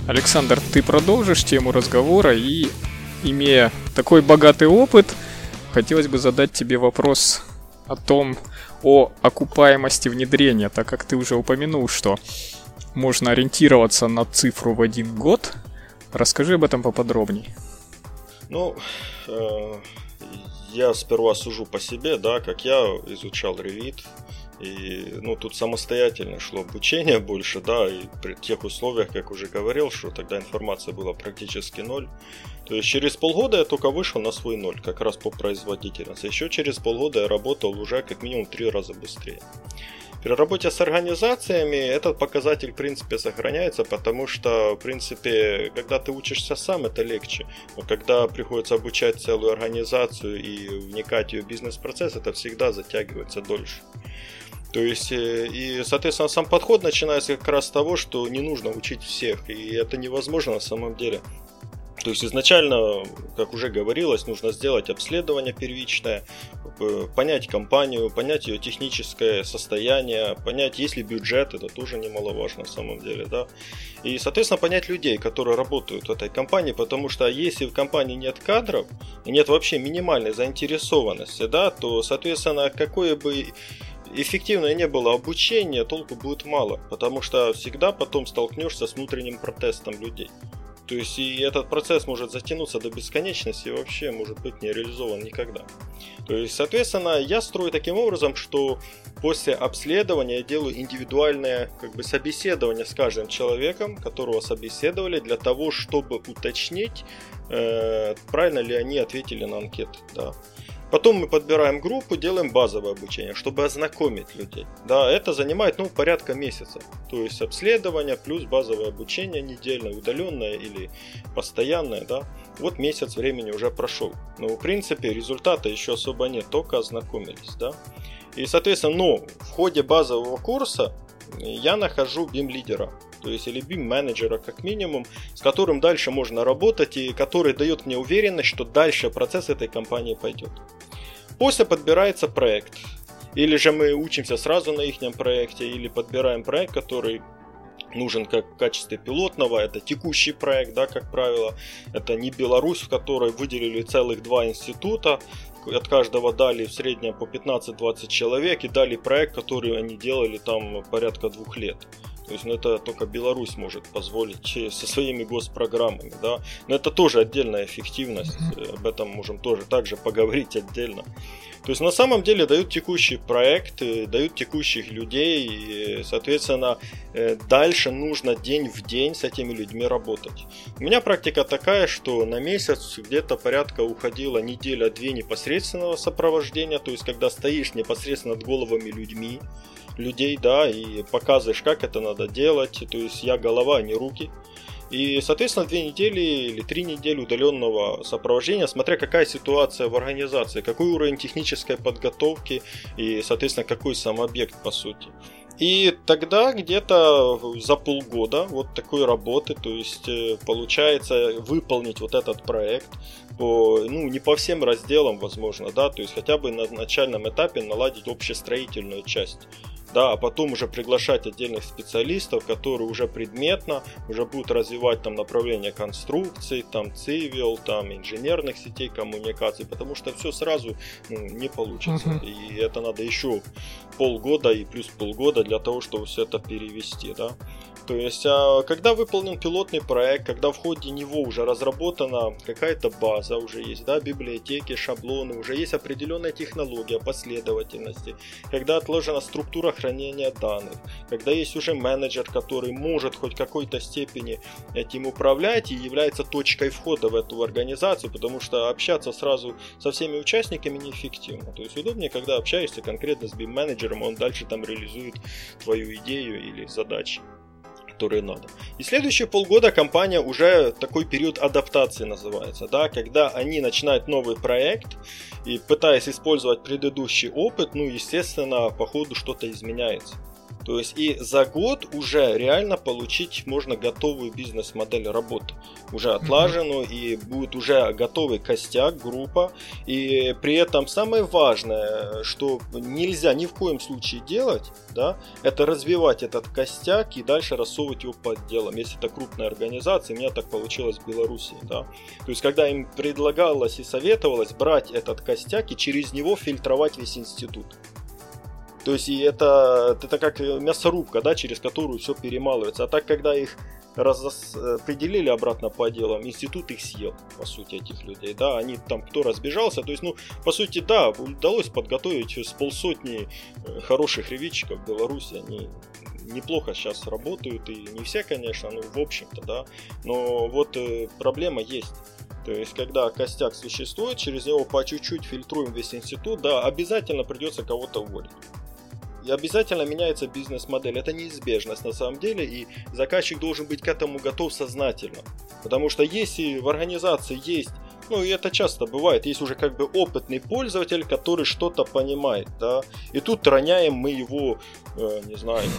Александр, ты продолжишь тему разговора и, имея такой богатый опыт, хотелось бы задать тебе вопрос о окупаемости внедрения, так как ты уже упомянул, что можно ориентироваться на цифру в 1 год. Расскажи об этом поподробнее. Я сперва сужу по себе, да, как я изучал Revit. И, тут самостоятельно шло обучение больше, да, и при тех условиях, как уже говорил, что тогда информация была практически ноль. То есть через полгода я только вышел на свой ноль, как раз по производительности. Еще через полгода я работал уже как минимум 3 раза быстрее. При работе с организациями этот показатель в принципе сохраняется, потому что в принципе, когда ты учишься сам, это легче. Но когда приходится обучать целую организацию и вникать в ее бизнес-процесс, это всегда затягивается дольше. То есть, и, соответственно, сам подход начинается как раз с того, что не нужно учить всех, и это невозможно на самом деле. То есть, изначально, как уже говорилось, нужно сделать обследование первичное, понять компанию, понять ее техническое состояние, понять, есть ли бюджет, это тоже немаловажно на самом деле, да. И, соответственно, понять людей, которые работают в этой компании, потому что если в компании нет кадров, и нет вообще минимальной заинтересованности, да, то, соответственно, какое бы эффективное не было обучение, толку будет мало, потому что всегда потом столкнешься с внутренним протестом людей. То есть и этот процесс может затянуться до бесконечности и вообще может быть не реализован никогда. То есть, соответственно, я строю таким образом, что после обследования я делаю индивидуальное собеседование с каждым человеком, которого собеседовали, для того, чтобы уточнить, правильно ли они ответили на анкету. Да. Потом мы подбираем группу, делаем базовое обучение, чтобы ознакомить людей. Да, это занимает порядка месяца. То есть обследование плюс базовое обучение недельное, удаленное или постоянное. Да. Вот месяц времени уже прошел. Но в принципе результата еще особо нет, только ознакомились. Да. И соответственно, в ходе базового курса я нахожу BIM-лидера. То есть или BIM-менеджера как минимум, с которым дальше можно работать и который дает мне уверенность, что дальше процесс этой компании пойдет. После подбирается проект. Или же мы учимся сразу на их проекте, или подбираем проект, который нужен как в качестве пилотного. Это текущий проект, да, как правило. Это не Беларусь, в которой выделили целых 2 института. От каждого дали в среднем по 15-20 человек и дали проект, который они делали там порядка 2 лет. То есть, это только Беларусь может позволить со своими госпрограммами, да. Но это тоже отдельная эффективность, об этом можем тоже также поговорить отдельно. То есть, на самом деле дают текущий проект, дают текущих людей, и, соответственно, дальше нужно день в день с этими людьми работать. У меня практика такая, что на месяц где-то порядка уходила неделя-2 непосредственного сопровождения, то есть, когда стоишь непосредственно над головами людей, да, и показываешь, как это надо делать, то есть я голова, а не руки. И, соответственно, 2 недели или 3 недели удаленного сопровождения, смотря какая ситуация в организации, какой уровень технической подготовки и, соответственно, какой сам объект по сути. И тогда где-то за полгода вот такой работы, то есть получается выполнить вот этот проект не по всем разделам возможно, да, то есть хотя бы на начальном этапе наладить общестроительную часть. Да, а потом уже приглашать отдельных специалистов, которые уже предметно уже будут развивать там направление конструкций, там цивил, там инженерных сетей коммуникаций, потому что все сразу не получится. И это надо еще полгода и плюс полгода для того, чтобы все это перевести, да. То есть, когда выполнен пилотный проект, когда в ходе него уже разработана какая-то база, уже есть, да, библиотеки, шаблоны, уже есть определенная технология, последовательности, когда отложена структура хранения данных, когда есть уже менеджер, который может хоть в какой-то степени этим управлять и является точкой входа в эту организацию, потому что общаться сразу со всеми участниками неэффективно. То есть удобнее, когда общаешься конкретно с BIM-менеджером, он дальше там реализует твою идею или задачи, которые надо. И следующие полгода компания уже такой период адаптации называется, да, когда они начинают новый проект и пытаясь использовать предыдущий опыт, естественно, по ходу что-то изменяется. То есть и за год уже реально получить можно готовую бизнес-модель работы. Уже отлаженную, и будет уже готовый костяк, группа. И при этом самое важное, что нельзя ни в коем случае делать, да, это развивать этот костяк и дальше рассовывать его по отделам. Если это крупная организация, у меня так получилось в Беларуси. Да. То есть когда им предлагалось и советовалось брать этот костяк и через него фильтровать весь институт. То есть и это как мясорубка, да, через которую все перемалывается. А так, когда их распределили обратно по отделам, институт их съел, по сути, этих людей. Да, они там кто разбежался. То есть, ну, по сути, да, удалось подготовить с 500 хороших ревитчиков в Беларуси. Они неплохо сейчас работают. И не все, конечно, ну, в общем-то, да. Но вот проблема есть. То есть, когда костяк существует, через него по чуть-чуть фильтруем весь институт, да, обязательно придется кого-то уволить. И обязательно меняется бизнес-модель. Это неизбежность на самом деле, и заказчик должен быть к этому готов сознательно. Потому что если в организации есть, ну и это часто бывает, есть уже как бы опытный пользователь, который что-то понимает, да, и тут роняем мы его, не знаю,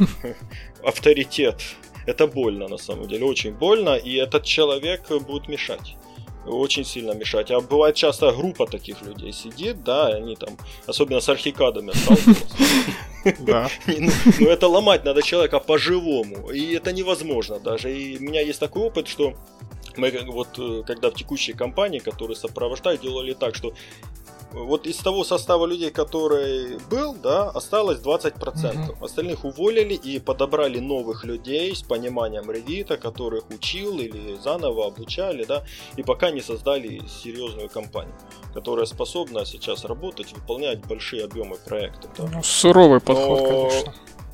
авторитет. Это больно на самом деле, очень больно, и этот человек будет мешать. Очень сильно мешать. А бывает часто группа таких людей сидит, да, и они там, особенно с архикадами сталкиваются. Да. Ну это ломать надо человека по-живому. И это невозможно даже. И у меня есть такой опыт, что мы вот когда в текущей компании, которые сопровождают, делали так, что вот из того состава людей, который был, да, осталось 20%. Остальных уволили и подобрали новых людей с пониманием Revit, которых учил или заново обучали, да, и пока не создали серьезную компанию, которая способна сейчас работать, выполнять большие объемы проектов. Да. Ну, суровый подход, конечно.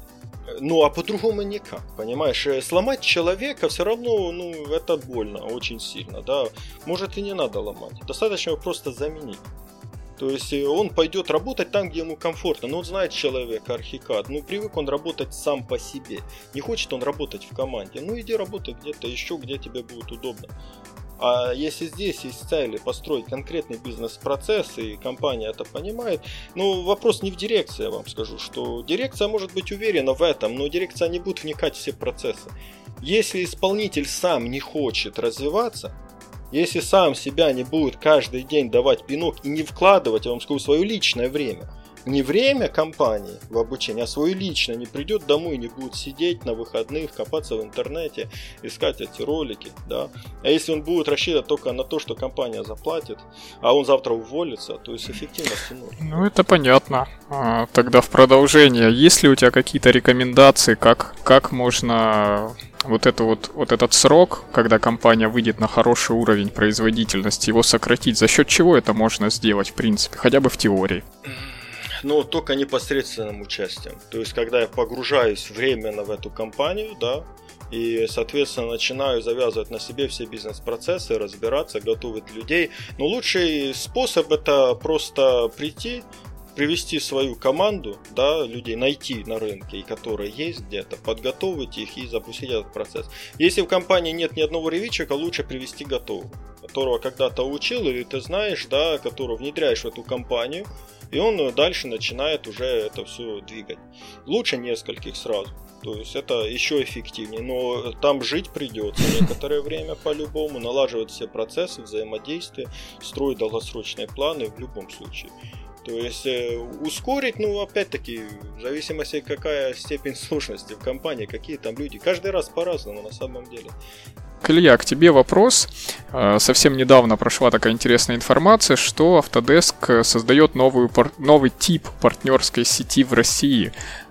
Ну, а по-другому никак, понимаешь? Сломать человека все равно, ну, это больно очень сильно, да. Может и не надо ломать, достаточно его просто заменить. То есть он пойдет работать там, где ему комфортно. Но он знает человека, архикад. Ну, привык он работать сам по себе. Не хочет он работать в команде. Ну, иди работай где-то еще, где тебе будет удобно. А если здесь есть цель построить конкретный бизнес-процесс, и компания это понимает, ну, вопрос не в дирекции, я вам скажу, что дирекция может быть уверена в этом, но дирекция не будет вникать в все процессы. Если исполнитель сам не хочет развиваться, если сам себя не будет каждый день давать пинок и не вкладывать, я вам скажу, свое личное время, не время компании в обучение, а свое личное, не придет домой, не будет сидеть на выходных, копаться в интернете, искать эти ролики, да. А если он будет рассчитывать только на то, что компания заплатит, а он завтра уволится, то есть эффективности ноль. Ну, это понятно. Тогда в продолжение, есть ли у тебя какие-то рекомендации, как можно вот этот срок, когда компания выйдет на хороший уровень производительности, его сократить? За счет чего это можно сделать, в принципе, хотя бы в теории? Но только непосредственным участием. То есть, когда я погружаюсь временно в эту компанию, да, и, соответственно, начинаю завязывать на себе все бизнес-процессы, разбираться, готовить людей. Но лучший способ это просто прийти, привести свою команду, да, людей найти на рынке, которые есть где-то, подготовить их и запустить этот процесс. Если в компании нет ни одного ревитчика, лучше привести готового, которого когда-то учил или ты знаешь, да, которого внедряешь в эту компанию, и он дальше начинает уже это все двигать. Лучше нескольких сразу. То есть это еще эффективнее. Но там жить придется некоторое время по-любому, налаживать все процессы, взаимодействия, строить долгосрочные планы в любом случае. То есть ускорить, ну, опять-таки, в зависимости, какая степень сложности в компании, какие там люди. Каждый раз по-разному на самом деле. Илья, к тебе вопрос. Совсем недавно прошла такая интересная информация, что Autodesk создает новый тип партнерской сети в России.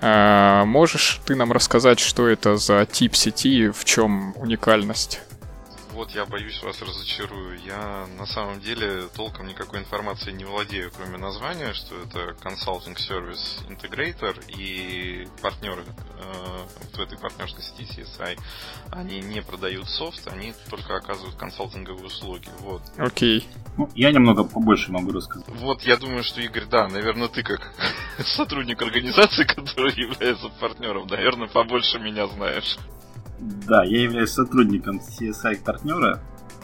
Можешь ты нам рассказать, что это за тип сети, в чем уникальность? Вот я боюсь вас разочарую. Я на самом деле толком никакой информации не владею, кроме названия, что это Consulting Service Integrator, и партнеры в этой партнерской сети CSI, они не продают софт, они только оказывают консалтинговые услуги. Вот. Окей. Ну, я немного побольше могу рассказать. Вот я думаю, что, Игорь, да, наверное, ты как сотрудник организации, который является партнером, наверное, побольше меня знаешь. Да, я являюсь сотрудником CSI-партнера.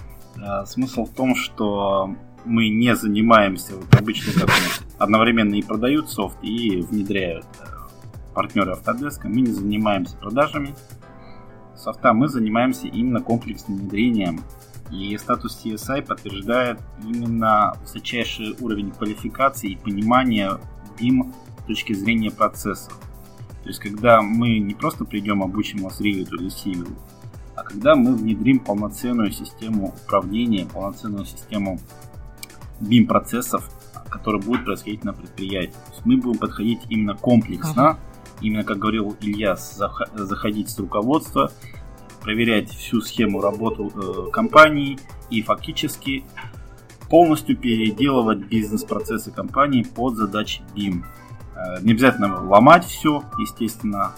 Смысл в том, что мы не занимаемся, вот обычно как одновременно и продают софт, и внедряют. партнеры Autodesk, мы не занимаемся продажами софта, мы занимаемся именно комплексным внедрением. И статус CSI подтверждает именно высочайший уровень квалификации и понимания BIM с точки зрения процессов. То есть, когда мы не просто придем, обучим вас Revit или Civil, а когда мы внедрим полноценную систему управления, полноценную систему BIM-процессов, которые будут происходить на предприятии. То есть мы будем подходить именно комплексно, именно, как говорил Илья, заходить с руководства, проверять всю схему работы компании и фактически полностью переделывать бизнес-процессы компании под задачи BIM. Не обязательно ломать все, естественно.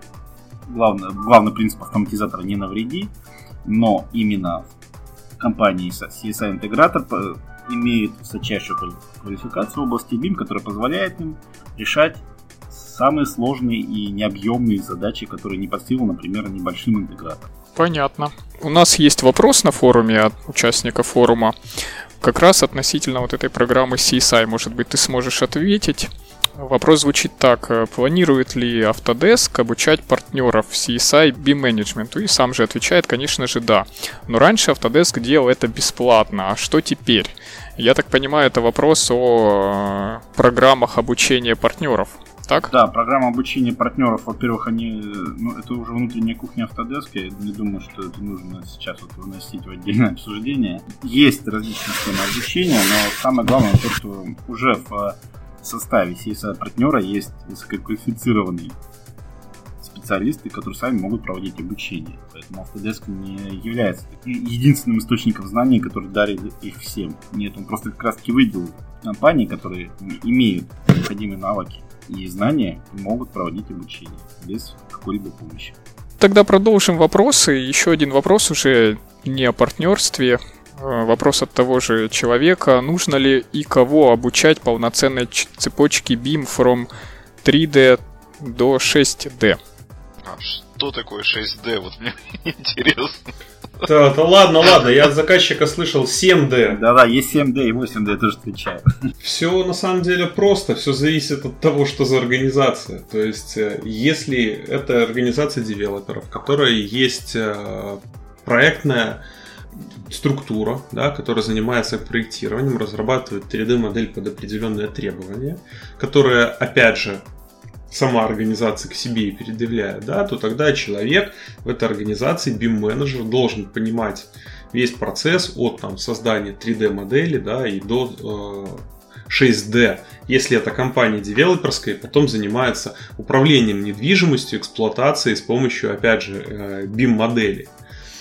Главный принцип автоматизатора — не навреди, но именно компании CSI-интегратор имеет высочайшую квалификацию в области BIM, которая позволяет им решать самые сложные и необъемные задачи, которые не под силу, например, небольшим интеграторам. Понятно. У нас есть вопрос на форуме от участника форума, как раз относительно вот этой программы CSI. Может быть, ты сможешь ответить. Вопрос звучит так. Планирует ли Autodesk обучать партнеров CSI BIM-менеджменту? И сам же отвечает, конечно же, да. Но раньше Autodesk делал это бесплатно. А что теперь? Я так понимаю, это вопрос о программах обучения партнеров. Так? Да, программа обучения партнеров, во-первых, это уже внутренняя кухня Autodesk. Я не думаю, что это нужно сейчас выносить в отдельное обсуждение. Есть различные схемы обучения, но самое главное то, что уже в составе CSI партнера есть высококвалифицированные специалисты, которые сами могут проводить обучение. Поэтому Autodesk не является единственным источником знаний, который дарит их всем. Нет, он просто как раз таки выделил компании, которые имеют необходимые навыки и знания, и могут проводить обучение без какой-либо помощи. Тогда продолжим вопросы. Еще один вопрос уже не о партнерстве. Вопрос от того же человека. Нужно ли и кого обучать полноценной цепочке BIM from 3D до 6D? А что такое 6D? Вот мне интересно. Да ладно, я от заказчика слышал 7D. Да, есть 7D и 8D, я тоже отвечаю. Все на самом деле просто, все зависит от того, что за организация. То есть, если это организация девелоперов, в которой есть проектная структура, да, которая занимается проектированием, разрабатывает 3D-модель под определенные требования, которая, опять же, сама организация к себе и предъявляет, да, то тогда человек в этой организации, BIM-менеджер, должен понимать весь процесс от создания 3D-модели, да, и до 6D. Если это компания девелоперская, потом занимается управлением недвижимостью, эксплуатацией с помощью, опять же, BIM-модели.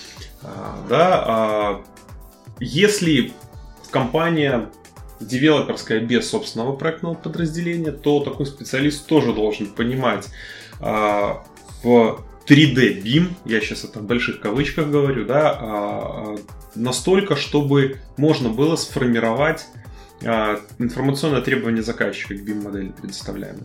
Да, если компания девелоперская без собственного проектного подразделения, то такой специалист тоже должен понимать в 3D BIM, я сейчас это в больших кавычках говорю, да, настолько, чтобы можно было сформировать информационное требование заказчика к BIM-модели предоставляемой.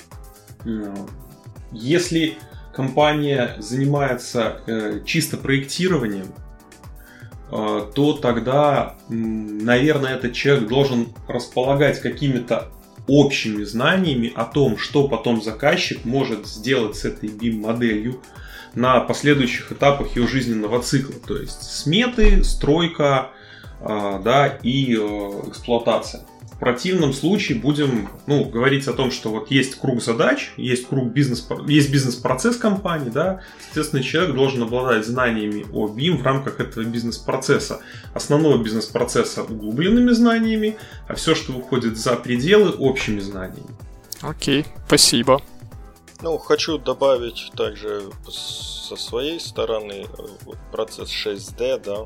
Если компания занимается чисто проектированием, то тогда, наверное, этот человек должен располагать какими-то общими знаниями о том, что потом заказчик может сделать с этой BIM-моделью на последующих этапах ее жизненного цикла. То есть сметы, стройка, да, и эксплуатация. В противном случае будем говорить о том, что вот есть круг задач, есть бизнес-процесс компании, да, соответственно, человек должен обладать знаниями о BIM в рамках этого бизнес-процесса. Основного бизнес-процесса углубленными знаниями, а все, что выходит за пределы, общими знаниями. Окей, спасибо. Хочу добавить также со своей стороны процесс 6D, да.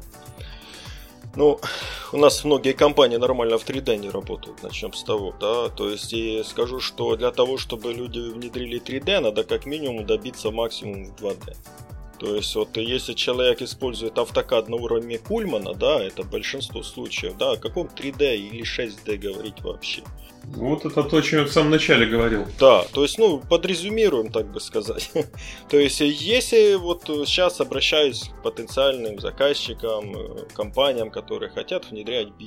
У нас многие компании нормально в 3D не работают, начнем с того, да, то есть и скажу, что для того, чтобы люди внедрили 3D, надо как минимум добиться максимум в 2D. То есть вот если человек использует AutoCAD на уровне Кульмана, да, это большинство случаев, да, о каком 3D или 6D говорить вообще? Вот это то, о чем я в самом начале говорил. Да, то есть, подрезюмируем, так бы сказать. То есть, если вот сейчас обращаюсь к потенциальным заказчикам, компаниям, которые хотят внедрять BIM,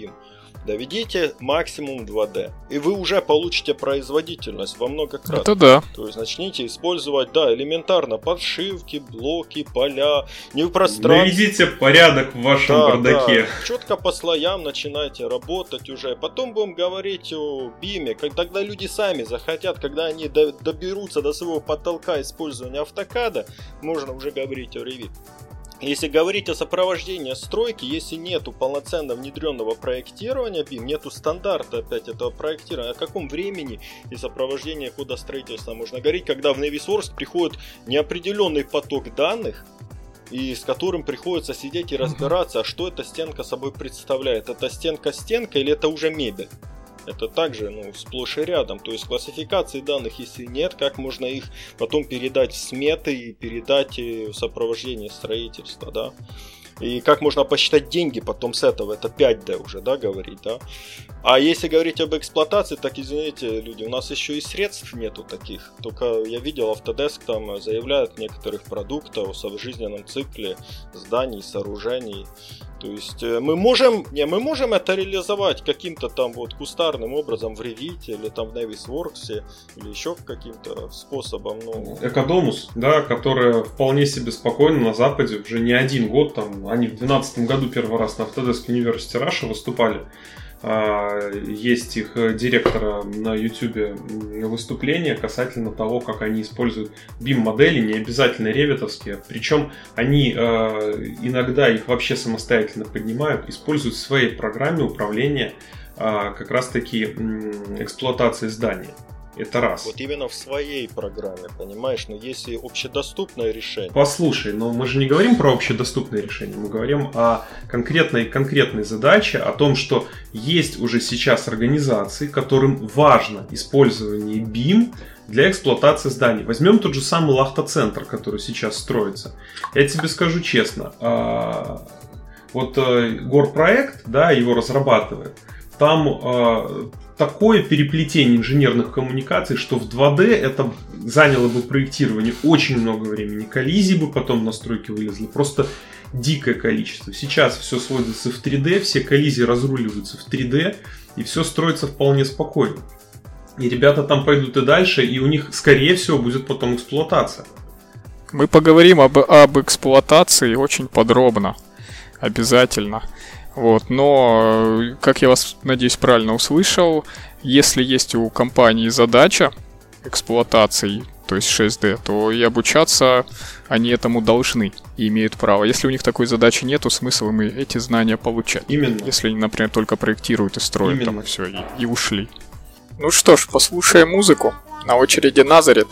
Доведите максимум 2D, и вы уже получите производительность во много крат. Это да. То есть начните использовать, да, элементарно подшивки, блоки, поля, не в пространстве. Наведите порядок в вашем бардаке. Да. Четко по слоям начинайте работать уже. Потом будем говорить о биме, тогда люди сами захотят, когда они доберутся до своего потолка использования автокада, можно уже говорить о Revit. Если говорить о сопровождении стройки, если нету полноценно внедренного проектирования BIM, нету стандарта опять этого проектирования, о каком времени и сопровождении хода строительства можно говорить, когда в Navisworks приходит неопределенный поток данных, и с которым приходится сидеть и разбираться, а что эта стенка собой представляет. Это стенка или это уже мебель? Это также сплошь и рядом. То есть классификации данных, если нет, как можно их потом передать в сметы и передать в сопровождение строительства, да? И как можно посчитать деньги потом с этого, это 5D уже, да, говорить, да? А если говорить об эксплуатации, так извините, люди, у нас еще и средств нету таких. Только я видел, Autodesk там заявляет некоторых продуктов о жизненном цикле зданий, сооружений. То есть мы можем это реализовать каким-то там кустарным образом в Revit или там в Navisworks или еще каким-то способом. Экодомус, да, которая вполне себе спокойно на Западе уже не один год, там, они в 2012 году первый раз на Autodesk University Russia выступали. Есть их директора на YouTube выступление касательно того, как они используют BIM-модели, не обязательно ревитовские. Причем они иногда их вообще самостоятельно поднимают, используют в своей программе управления как раз-таки эксплуатацией здания. Это раз. Вот именно в своей программе, понимаешь? Но если общедоступное решение... Послушай, но мы же не говорим про общедоступное решение, мы говорим о конкретной задаче, о том, что есть уже сейчас организации, которым важно использование BIM для эксплуатации зданий. Возьмем тот же самый Лахта-центр, который сейчас строится. Я тебе скажу честно, Горпроект, да, его разрабатывает, там такое переплетение инженерных коммуникаций, что в 2D это заняло бы проектирование очень много времени. Коллизий бы потом на стройке вылезли. Просто дикое количество. Сейчас все сводится в 3D, все коллизии разруливаются в 3D, и все строится вполне спокойно. И ребята там пойдут и дальше, и у них, скорее всего, будет потом эксплуатация. Мы поговорим об эксплуатации очень подробно. Обязательно. Но, как я вас, надеюсь, правильно услышал, если есть у компании задача эксплуатации, то есть 6D, то и обучаться они этому должны и имеют право. Если у них такой задачи нету, смысл им эти знания получать. Именно. Если они, например, только проектируют и строят там и все, и ушли. Ну что ж, послушаем музыку. На очереди Назарет.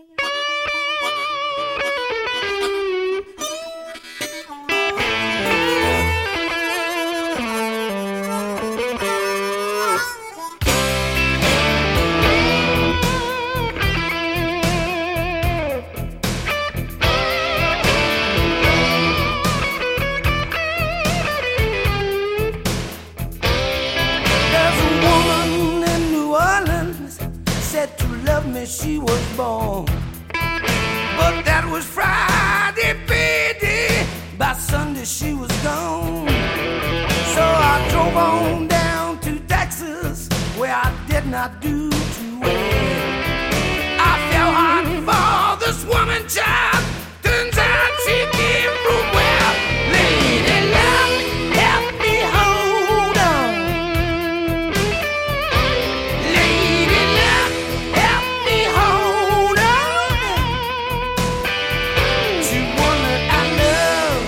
She was born, but that was Friday, baby. By Sunday she was gone. So I drove on down to Texas, where I did not do too well. I fell hard for this woman, child. Turns out she came from well. Lady love, help me hold on. Lady love, help me hold on to one that I love.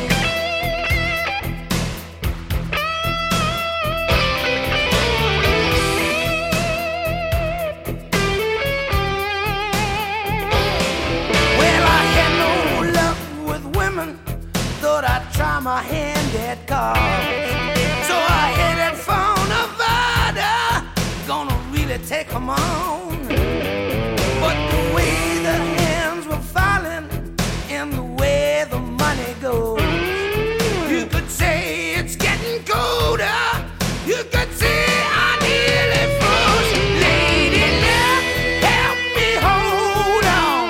Well, I had no luck with women. Thought I'd try my hand at cards. So I headed for Nevada. Gonna really take 'em on. But the way the hands were falling and the way the money goes, you could say it's getting colder. You could say I nearly froze. Lady love, help me hold on.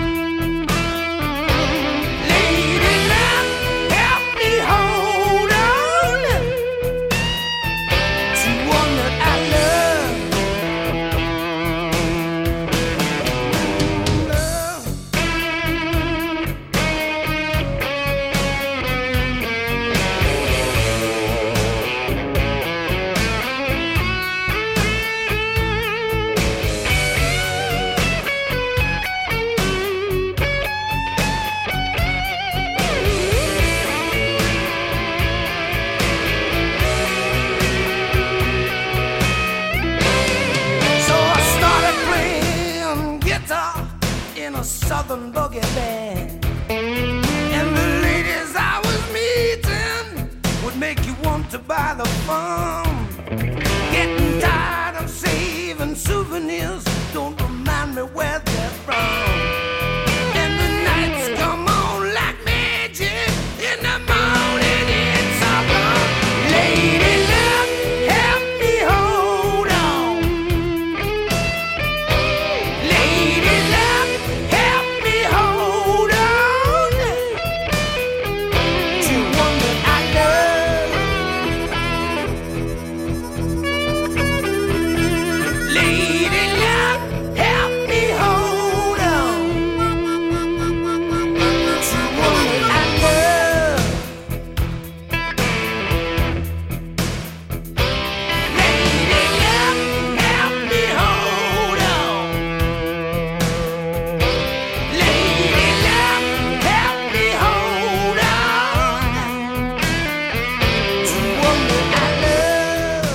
Lady love, help me hold on to southern boogie band. And the ladies I was meeting would make you want to buy the phone. Getting tired of saving souvenirs, don't remind me where they're from. And the nights come on like magic, in the morning it's all gone. Lady love, help me hold on. Lady love, help me hold on to one that I love. Lady love, help me hold on to one that I love. Lady love, help me hold on. Lady love, help me hold on to one that I love.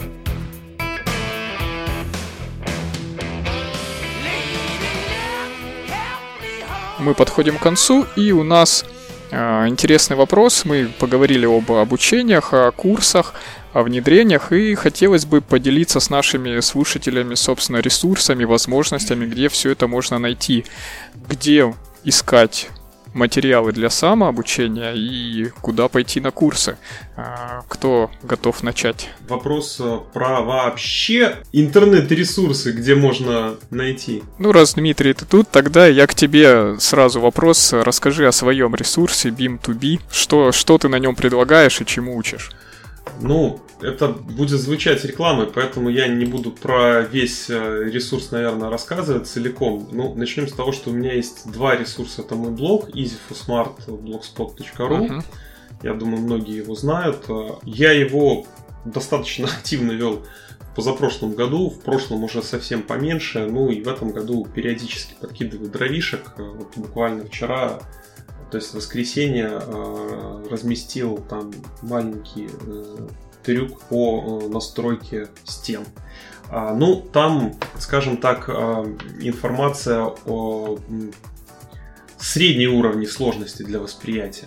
Мы подходим к концу, и у нас интересный вопрос. Мы поговорили об обучениях, о курсах, о внедрениях, и хотелось бы поделиться с нашими слушателями, собственно, ресурсами, возможностями, где все это можно найти, где искать материалы для самообучения и куда пойти на курсы. Кто готов начать? Вопрос про вообще интернет-ресурсы, где можно найти. Ну, раз, Дмитрий, ты тут, тогда я к тебе сразу вопрос. Расскажи о своем ресурсе Beam2B. Что ты на нем предлагаешь и чему учишь? Ну, это будет звучать рекламой, поэтому я не буду про весь ресурс, наверное, рассказывать целиком. Ну, начнем с того, что у меня есть два ресурса. Это мой блог easyforsmart.blogspot.ru. Я думаю, многие его знают. Я его достаточно активно вел в позапрошлом году, в прошлом уже совсем поменьше. Ну и в этом году периодически подкидываю дровишек. Вот буквально вчера, то есть в воскресенье, разместил там маленький трюк по настройке стен. Ну, там, скажем так, информация о средней уровне сложности для восприятия.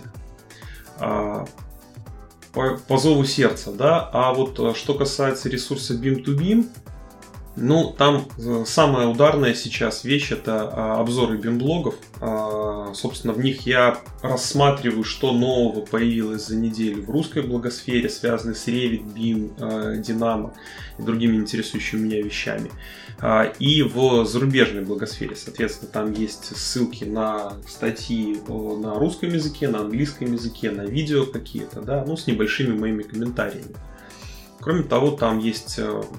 По зову сердца, да. А вот что касается ресурса Beam2B, ну, там самая ударная сейчас вещь — это обзоры BIM-блогов. Собственно, в них я рассматриваю, что нового появилось за неделю в русской блогосфере, связанной с Revit, BIM, Dynamo и другими интересующими меня вещами. И в зарубежной блогосфере, соответственно, там есть ссылки на статьи на русском языке, на английском языке, на видео какие-то, да, ну, с небольшими моими комментариями. Кроме того, там есть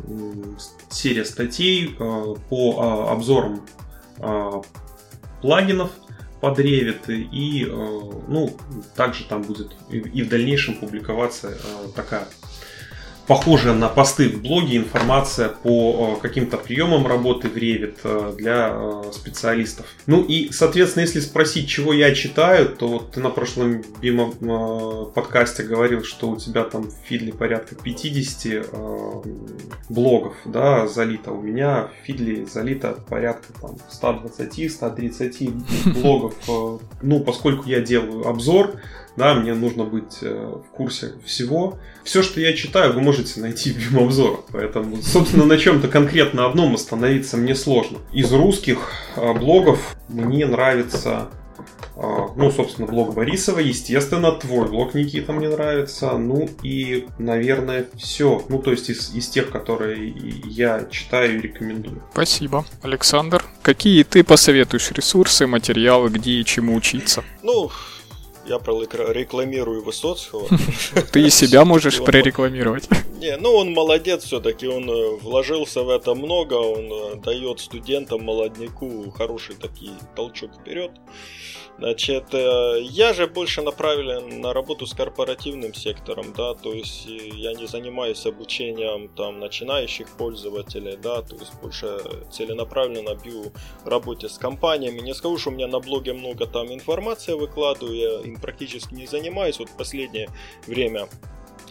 серия статей по обзорам плагинов под Revit, и ну, также там будет и в дальнейшем публиковаться такая похожая на посты в блоге информация по каким-то приемам работы в Revit для специалистов. Ну и, соответственно, если спросить, чего я читаю, то вот ты на прошлом BIM подкасте говорил, что у тебя там в Фидле порядка 50 блогов, да, залито. У меня в Фидле залито порядка там 120-130 блогов. Ну, поскольку я делаю обзор, да, мне нужно быть в курсе всего. Все, что я читаю, вы можете найти в BIM-обзорах. Поэтому, собственно, на чем-то конкретно одном остановиться мне сложно. Из русских блогов мне нравится, ну, собственно, блог Борисова. Естественно, твой блог, Никита, мне нравится. Ну и, наверное, все. Ну, то есть из тех, которые я читаю и рекомендую. Спасибо. Александр, какие ты посоветуешь ресурсы, материалы, где и чему учиться? Ну, я прорекламирую Высоцкого. Ты и себя можешь прорекламировать. Не, ну он молодец все-таки, он вложился в это много, он дает студентам, молодняку хороший такой толчок вперед. Значит, я же больше направлен на работу с корпоративным сектором, да, то есть я не занимаюсь обучением там начинающих пользователей, да, то есть больше целенаправленно бью в работе с компаниями. Не скажу, что у меня на блоге много там информации выкладываю, я им практически не занимаюсь, вот в последнее время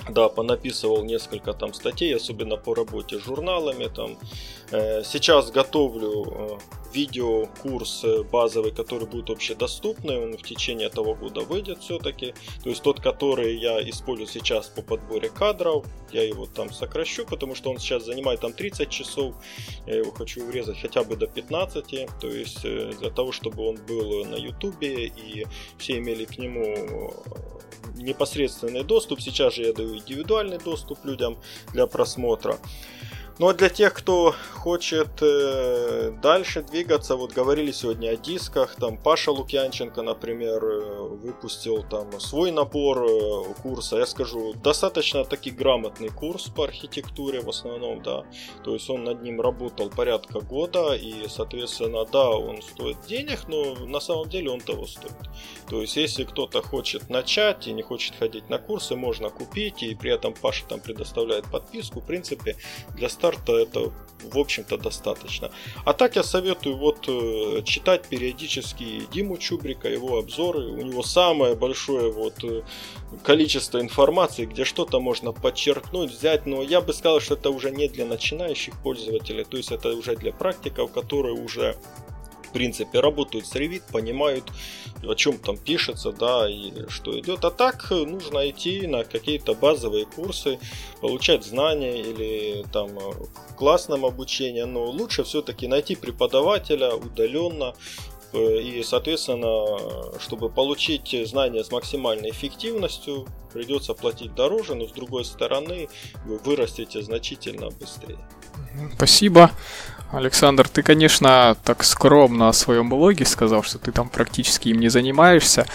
Да, понаписывал несколько там статей, особенно по работе с журналами. Там. Сейчас готовлю видеокурс базовый, который будет общедоступный. Он в течение этого года выйдет все-таки. То есть тот, который я использую сейчас по подборе кадров, я его там сокращу, потому что он сейчас занимает там 30 часов. Я его хочу урезать хотя бы до 15. То есть для того, чтобы он был на Ютубе и все имели к нему непосредственный доступ. Сейчас же я даю индивидуальный доступ людям для просмотра. Ну а для тех, кто хочет дальше двигаться, вот говорили сегодня о дисках, там Паша Лукьянченко, например, выпустил там свой набор курса, я скажу, достаточно таки грамотный курс по архитектуре в основном, да, то есть он над ним работал порядка года, и, соответственно, да, он стоит денег, но на самом деле он того стоит. То есть если кто-то хочет начать и не хочет ходить на курсы, можно купить, и при этом Паша там предоставляет подписку, в принципе, для старта это, в общем-то, достаточно. А так я советую вот читать периодически Диму Чубрика, его обзоры. У него самое большое вот количество информации, где что-то можно подчеркнуть, взять. Но я бы сказал, что это уже не для начинающих пользователей. То есть это уже для практиков, которые уже в принципе работают с Revit, понимают, о чем там пишется, да, и что идет. А так нужно идти на какие-то базовые курсы, получать знания или там классном обучении, но лучше все-таки найти преподавателя удаленно. И, соответственно, чтобы получить знания с максимальной эффективностью, придется платить дороже, но с другой стороны вы вырастете значительно быстрее. Спасибо. Александр, ты, конечно, так скромно о своем блоге сказал, что ты там практически им не занимаешься.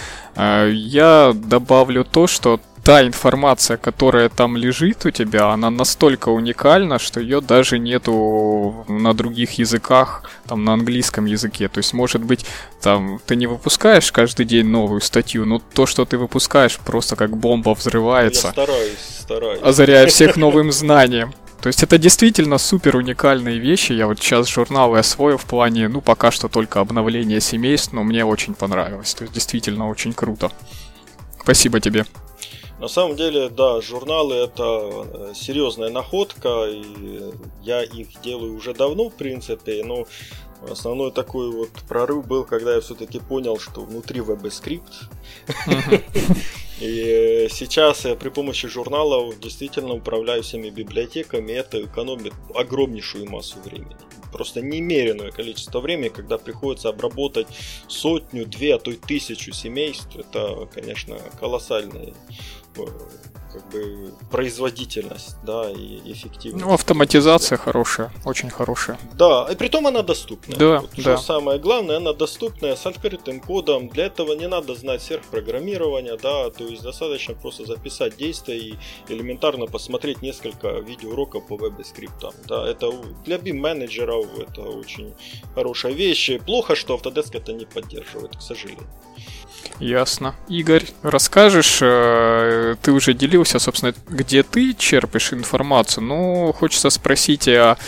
Я добавлю то, что та информация, которая там лежит у тебя, она настолько уникальна, что ее даже нету на других языках, там на английском языке. То есть, может быть, там ты не выпускаешь каждый день новую статью, но то, что ты выпускаешь, просто как бомба взрывается. Я стараюсь. Озаряя всех новым знанием. То есть это действительно супер уникальные вещи. Я вот сейчас журналы освоил в плане, ну, пока что только обновления семейств, но мне очень понравилось. То есть действительно очень круто. Спасибо тебе. На самом деле, да, журналы это серьезная находка, и я их делаю уже давно, в принципе, но основной такой вот прорыв был, когда я все-таки понял, что внутри VBScript. И сейчас я при помощи журналов действительно управляю всеми библиотеками, и это экономит огромнейшую массу времени. Просто немеренное количество времени, когда приходится обработать 100, 2, а то и 1000 семейств. Это, конечно, колоссальная как бы производительность, да, и эффективность. Ну, автоматизация хорошая, очень хорошая. Да, и притом она доступная. Да, вот, да. Что самое главное, она доступная с открытым кодом. Для этого не надо знать сверхпрограммирования, да, то есть достаточно просто записать действия и элементарно посмотреть несколько видеоуроков по VBScript. Да, это для BIM-менеджеров это очень хорошая вещь. Плохо, что Autodesk это не поддерживает, к сожалению. Ясно. Игорь, расскажешь, ты уже делился, собственно, где ты черпаешь информацию, но хочется спросить,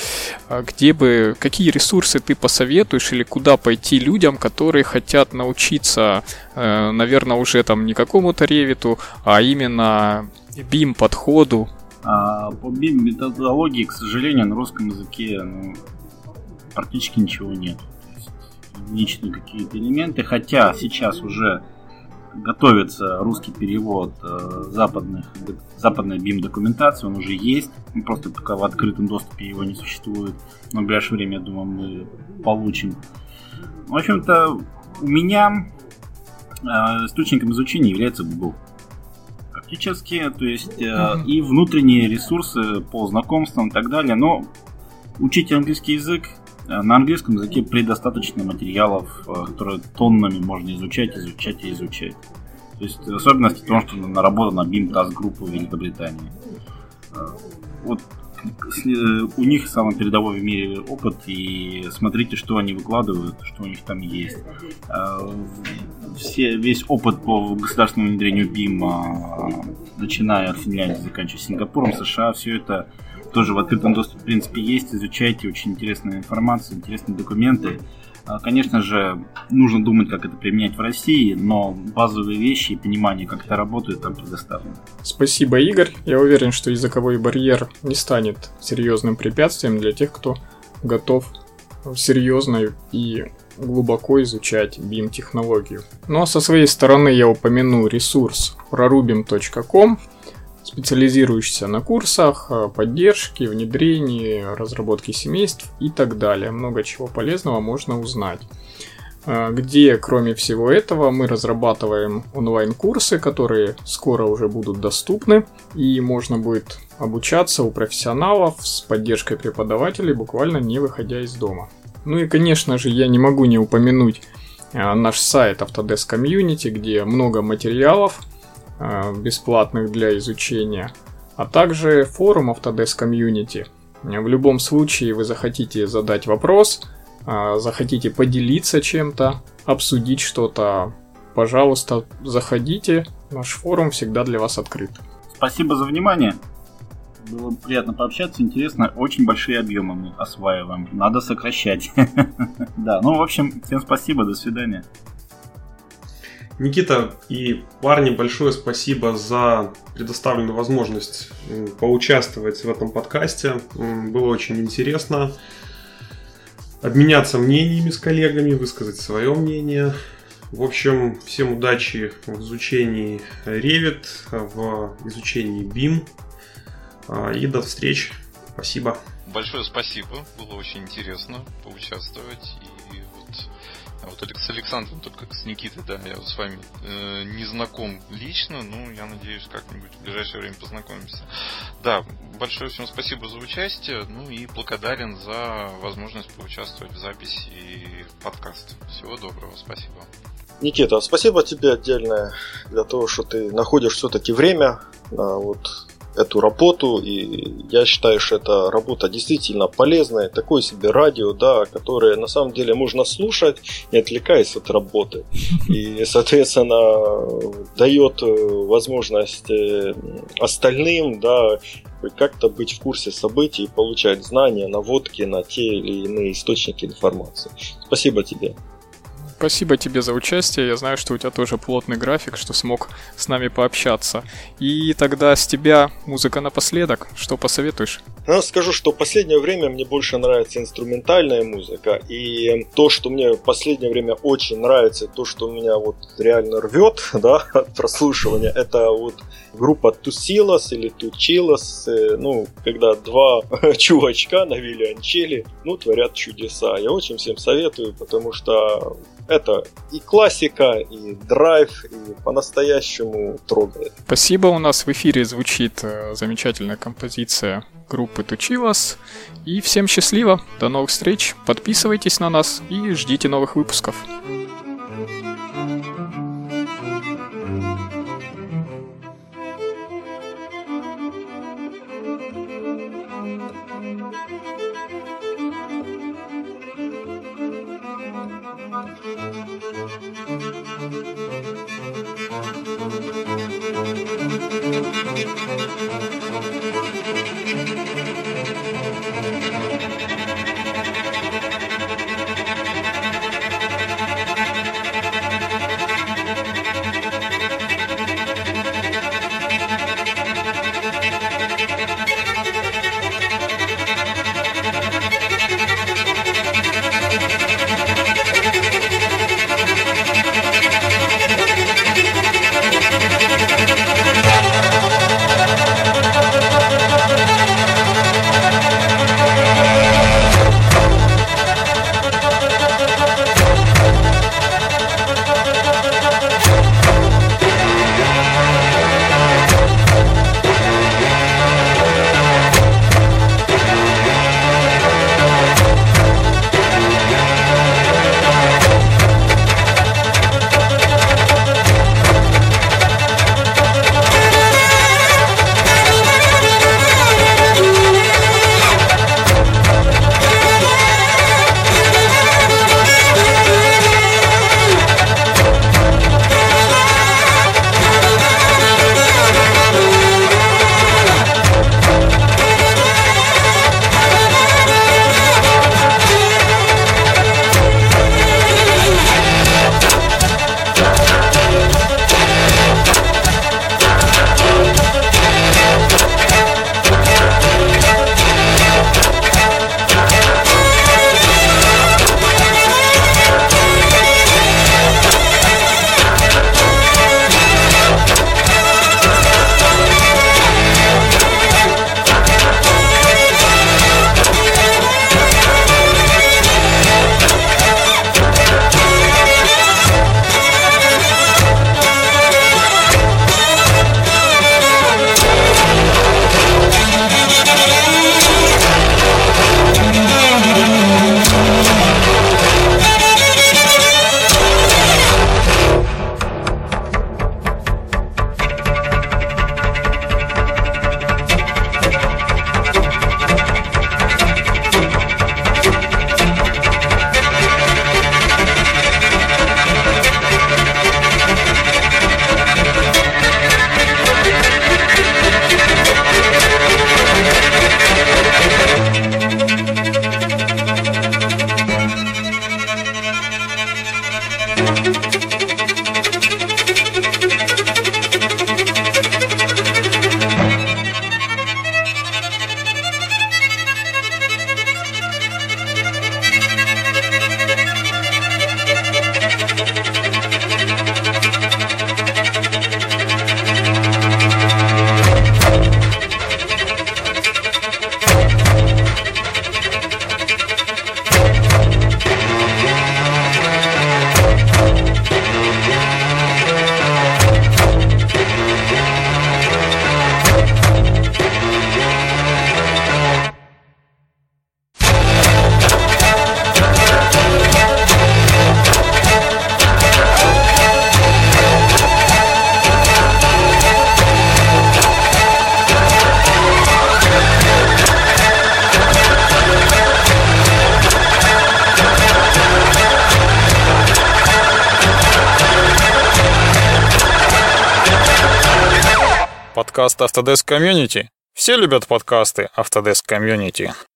какие ресурсы ты посоветуешь или куда пойти людям, которые хотят научиться, наверное, уже там не какому-то ревиту, а именно BIM-подходу? По BIM-методологии, к сожалению, на русском языке практически ничего нет. Единичные какие-то элементы, хотя сейчас уже готовится русский перевод западной BIM документации, он уже есть, просто пока в открытом доступе его не существует, но в ближайшее время, я думаю, мы получим. В общем-то, у меня источником изучения является Google. Практически, то есть и внутренние ресурсы по знакомствам и так далее, но учить английский язык, на английском языке предостаточно материалов, которые тоннами можно изучать. То есть особенность в том, что наработана BIM Task Group в Великобритании. Вот у них самый передовой в мире опыт, и смотрите, что они выкладывают, что у них там есть. Весь опыт по государственному внедрению BIM, начиная от Финляндии, заканчивая Сингапуром, США, все это тоже в открытом доступе, в принципе, есть. Изучайте, очень интересная информация, интересные документы. Конечно же, нужно думать, как это применять в России, но базовые вещи и понимание, как это работает, там предоставлено. Спасибо, Игорь. Я уверен, что языковой барьер не станет серьезным препятствием для тех, кто готов серьезно и глубоко изучать BIM-технологию. Ну а со своей стороны я упомяну ресурс prorubim.com, специализирующийся на курсах, поддержке, внедрении, разработке семейств и так далее. Много чего полезного можно узнать. Где, кроме всего этого, мы разрабатываем онлайн-курсы, которые скоро уже будут доступны, и можно будет обучаться у профессионалов с поддержкой преподавателей, буквально не выходя из дома. Ну и, конечно же, я не могу не упомянуть наш сайт Autodesk Community, где много материалов бесплатных для изучения, а также форум Autodesk Community. В любом случае вы захотите задать вопрос, захотите поделиться чем-то, обсудить что-то, пожалуйста, заходите. Наш форум всегда для вас открыт. Спасибо за внимание. Было приятно пообщаться, интересно. Очень большие объемы мы осваиваем. Надо сокращать. Да, ну, в общем, всем спасибо, до свидания. Никита и парни, большое спасибо за предоставленную возможность поучаствовать в этом подкасте. Было очень интересно обменяться мнениями с коллегами, высказать свое мнение. В общем, всем удачи в изучении Revit, в изучении BIM. И до встреч. Спасибо. Большое спасибо. Было очень интересно поучаствовать. И вот с Александром, только с Никитой, да, я с вами не знаком лично, но я надеюсь, как-нибудь в ближайшее время познакомимся. Да, большое всем спасибо за участие, ну и благодарен за возможность поучаствовать в записи подкаста. Всего доброго, спасибо. Никита, спасибо тебе отдельное для того, что ты находишь все-таки время на вот эту работу, и я считаю, что эта работа действительно полезная, такое себе радио, да, которое на самом деле можно слушать, не отвлекаясь от работы, и, соответственно, дает возможность остальным, да, как-то быть в курсе событий, получать знания, наводки на те или иные источники информации. Спасибо тебе. Спасибо тебе за участие. Я знаю, что у тебя тоже плотный график, что смог с нами пообщаться. И тогда с тебя музыка напоследок. Что посоветуешь? Я скажу, что в последнее время мне больше нравится инструментальная музыка. И то, что мне в последнее время очень нравится, то, что меня вот реально рвет, да, от прослушивания, это вот группа Tusilos или Tuchilos, ну, когда два чувачка на виолончели, ну, творят чудеса. Я очень всем советую, потому что это и классика, и драйв, и по-настоящему трогает. Спасибо, у нас в эфире звучит замечательная композиция группы Tuchilos. И всем счастливо, до новых встреч, подписывайтесь на нас и ждите новых выпусков. Подкаст Autodesk Community. Все любят подкасты Autodesk Community.